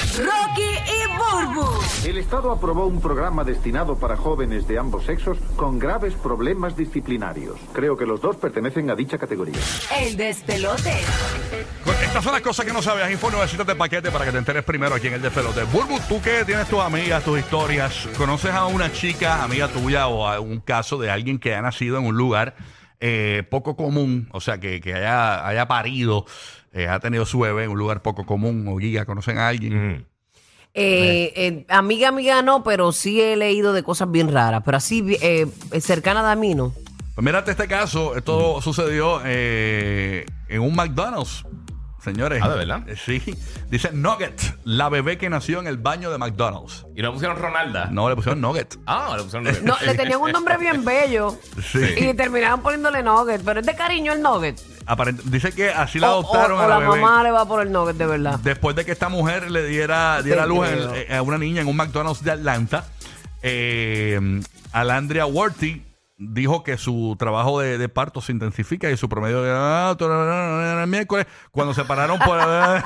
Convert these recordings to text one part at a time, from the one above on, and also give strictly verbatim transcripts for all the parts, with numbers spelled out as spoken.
Rocky y Burbu. El Estado aprobó un programa destinado para jóvenes de ambos sexos con graves problemas disciplinarios. Creo que los dos pertenecen a dicha categoría. El despelote. Estas son las cosas que no sabías. Info nuevecitas de paquete para que te enteres primero aquí en el despelote. Burbu, tú que tienes tus amigas, tus historias, ¿conoces a una chica, amiga tuya, o a un caso de alguien que ha nacido en un lugar eh, poco común? O sea, que, que haya, haya parido, eh, ha tenido su bebé en un lugar poco común, o guía, ¿conocen a alguien? Mm. Eh, eh, amiga, amiga no, pero sí he leído de cosas bien raras, pero así eh, cercana a mí no. Pues mírate este caso, esto mm. sucedió eh, en un McDonald's. Señores. Ah, ¿de verdad? Sí. Dice Nugget, la bebé que nació en el baño de McDonald's. ¿Y no le pusieron Ronalda? No, le pusieron Nugget. Ah, le pusieron Nugget. No, le tenían un nombre bien bello. Sí. Y terminaron poniéndole Nugget, pero es de cariño el Nugget. Aparent- dice que así la O, adoptaron o, a o la, la bebé. mamá le va a poner Nugget, de verdad. Después de que esta mujer le diera, diera Te luz creo. en- a una niña en un McDonald's de Atlanta, eh, Alandria Worthy dijo que su trabajo de, de parto se intensifica y su promedio de ah, el miércoles cuando se pararon por es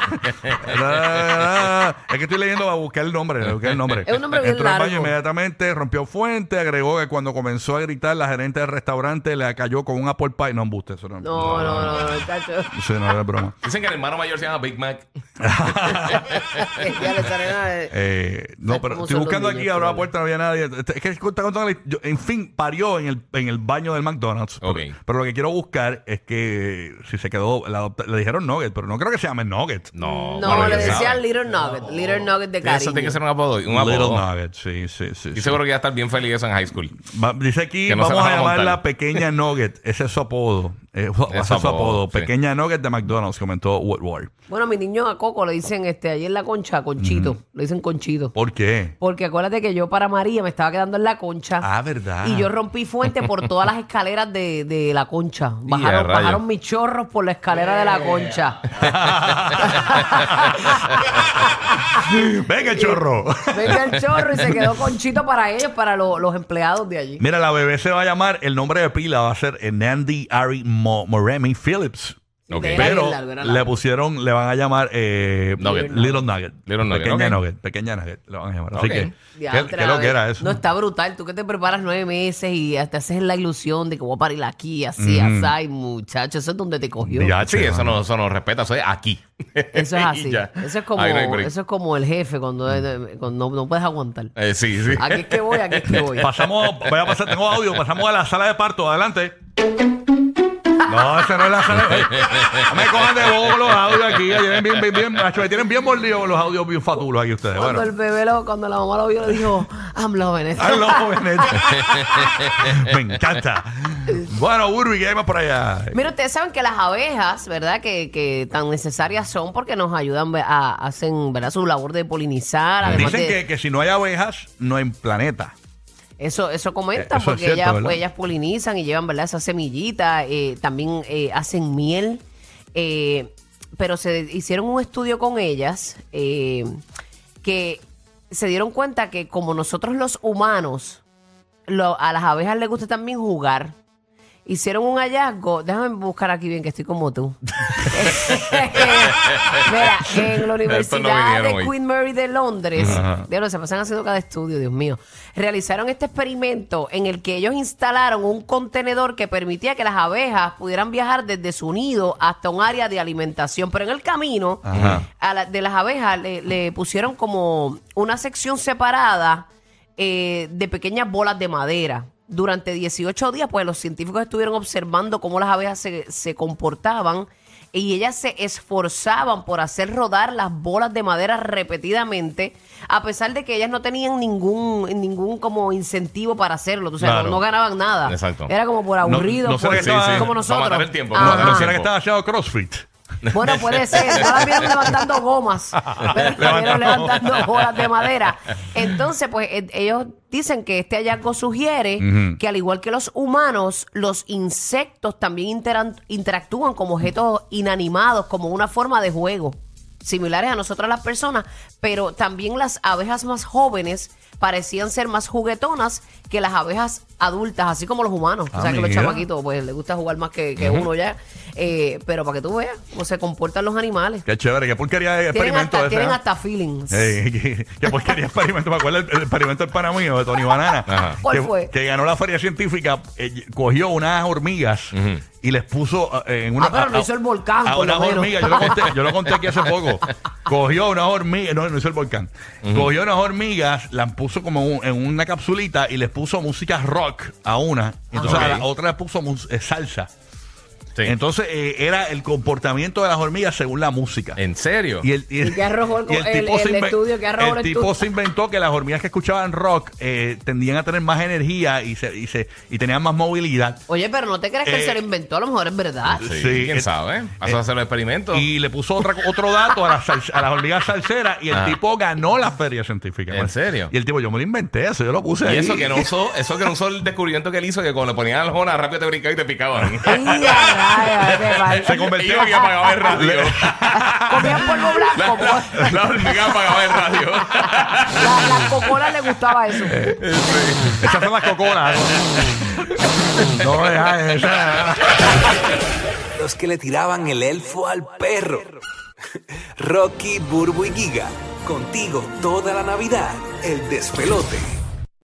que estoy leyendo para buscar el nombre, buscar el nombre. Es un nombre bien Entró al baño largo. inmediatamente, rompió fuente, agregó que cuando comenzó a gritar la gerente del restaurante le cayó con un apple pie. No, embuste, eso no. No, no, no, no, chacho. Sí, no era broma. Dicen que el hermano mayor se llama Big Mac. Ya le sale nada de- Eh, no, ¿Sabes pero cómo estoy son los buscando niños, aquí, abro la pero- puerta, no había nadie. Es que está contando la- yo- en fin, parió en el, en el baño del McDonald's. Ok. Pero, pero lo que quiero buscar es que si se quedó, la adopta- le dijeron Nugget, pero no creo que se llame Nugget. No, No, bueno, le ya decían sabe. Little Nugget, Little Nugget de cariño. Eso tiene que ser un apodo. Un apodo. Little Nugget, sí, sí, sí. Y sí. seguro que ya estar bien feliz eso en high school. Va- dice aquí, Que no se vamos van a a montar. llamarla Pequeña Nugget. Ese es su apodo. Eh, va a Es ser su su apodo, apodo. sí. Pequeña Nugget de McDonald's, comentó Woodward. Bueno, mi niño a Coco le dicen este ayer en la concha, Conchito. Le dicen Conchito. ¿Por qué? Porque acuérdate que yo para María me estaba quedando en la concha. Ah, ¿verdad? Y yo rompí fuente por todas las escaleras de, de la concha. Y Bajaron, a rayos. bajaron mis chorros por la escalera de la concha. Venga, chorro. Venga el chorro y se quedó Conchito para ellos, para lo- los empleados de allí. Mira, la bebé se va a llamar, el nombre de pila va a ser Nandi Ari Mo- Moremi Phillips. Ok. Era Pero bien largo, era le largo. pusieron, le van a llamar eh, Nugget. Little Nugget. Little Nugget, Pequeña ok. Nugget. Pequeña Nugget. Le van a llamar. Así Ok. que, ¿qué, Diantre, qué lo a que ver. era eso? No, está brutal. Tú que te preparas nueve meses y hasta haces la ilusión de que voy a parir aquí, así, Mm. así. Ay, muchacho, eso es donde te cogió. Ya, Sí, che, eso mano. no, eso no respeta, eso es aquí. Eso es Y así. ya. Eso es como, Ahí no hay break. eso es como el jefe cuando, cuando no, no puedes aguantar. Eh, sí, sí. Aquí es que voy, aquí es que voy. Pasamos, voy a pasar, tengo audio, pasamos a la sala de parto. Adelante. No, esa no es la sala. Ey, no me cojan de bobo los audios aquí. Ya tienen bien, bien, bien, macho, me tienen bien mordidos los audios bien fatulos aquí ustedes. Cuando Bueno. el bebé, lo, cuando la mamá lo vio, le dijo, I'm loving it. Ay, los jóvenes. Me encanta. Bueno, Burby, ¿qué hay más por allá? Mira, ustedes saben que las abejas, ¿verdad? Que, que tan necesarias son porque nos ayudan ve- a, hacen, ¿verdad? Su labor de polinizar. Además Dicen de- que, que si no hay abejas, no hay planeta. Eso, eso comentan, Eh, eso es porque cierto, ellas, ¿verdad? pues, ellas polinizan y llevan, ¿verdad? Esas semillitas, eh, también eh, hacen miel, eh, pero se hicieron un estudio con ellas eh, que se dieron cuenta que como nosotros los humanos, lo- a las abejas les gusta también jugar. Hicieron un hallazgo, déjame buscar aquí bien que estoy como tú. Mira, en la Estos no Universidad vinieron de hoy. Queen Mary de Londres, Ajá. Diablo, se pasan haciendo cada estudio, Dios mío. Realizaron este experimento en el que ellos instalaron un contenedor que permitía que las abejas pudieran viajar desde su nido hasta un área de alimentación. Pero en el camino Ajá. a la- de las abejas le, le pusieron como una sección separada eh, de pequeñas bolas de madera. Durante dieciocho días, pues los científicos estuvieron observando cómo las abejas se, se comportaban y ellas se esforzaban por hacer rodar las bolas de madera repetidamente, a pesar de que ellas no tenían ningún ningún como incentivo para hacerlo. Tú sabes, Claro. no, no ganaban nada. Exacto. Era como por aburrido, no será por- que estaba- Sí, sí. como Para nosotros. matar el tiempo. Ajá. No, no será que estaba haciendo CrossFit. Bueno, puede ser. No las vieron levantando gomas, pero las vieron levantando bolas de madera. Entonces, pues eh, ellos dicen que este hallazgo sugiere Ujú. que al igual que los humanos, los insectos también interan- interactúan como objetos inanimados, como una forma de juego. similares a nosotras las personas, pero también las abejas más jóvenes parecían ser más juguetonas que las abejas adultas, así como los humanos. Ah, o sea, que los mira. chamaquitos, pues, les gusta jugar más que, que uh-huh. uno ya. Eh, pero para que tú veas cómo se comportan los animales. Qué chévere, qué porquería de Tienen experimento hasta, ese, tienen ¿eh? hasta feelings. Ey, qué, qué porquería de experimento. Me acuerdo el, el experimento del pana mío, de Tony Banana. Ajá. ¿Cuál que, fue? que ganó la feria científica, eh, cogió unas hormigas Ujú. y les puso eh, en una. Ah, pero no a- hizo el volcán, A por lo unas menos. hormigas, yo lo conté, yo lo conté aquí hace poco. Cogió unas hormigas, no, no hizo el volcán. Cogió unas hormigas, las puso como un- en una capsulita y les puso música rock a una. Y entonces Ok. a la otra le puso mus- eh, salsa. Sí. Entonces eh, era el comportamiento de las hormigas según la música. ¿En serio? Y el, y el- ¿Y qué arrojó el- y el- tipo el se inven- estudio? ¿Qué arrojó el el tipo estudio? se inventó que las hormigas que escuchaban rock eh, tendían a tener más energía y se, y se y tenían más movilidad. Oye, pero no te creas que él Eh, se lo inventó, a lo mejor es verdad. Sí, Sí, quién eh, sabe. Pasó eh, a hacer los experimentos. Y le puso otra, otro dato a las, sal- a las hormigas salseras y el Ah. tipo ganó la feria científica. ¿En serio? Y el tipo, yo me lo inventé, eso yo lo puse ahí. Y eso que no usó, eso que no usó el descubrimiento que él hizo, que cuando le ponían al jona rápido te brincaban y te picaban. ¡Ay, rayos, qué mal! Se convirtió Ellos que apagaban el radio. Comían polvo blanco. pues. La hormiga apagaba el radio. La, la cocola le gustaba eso. Esas son las coconas. No, no deja esa. Los que le tiraban el elfo al perro. Rocky, Burbu y Giga. Contigo toda la Navidad. El despelote.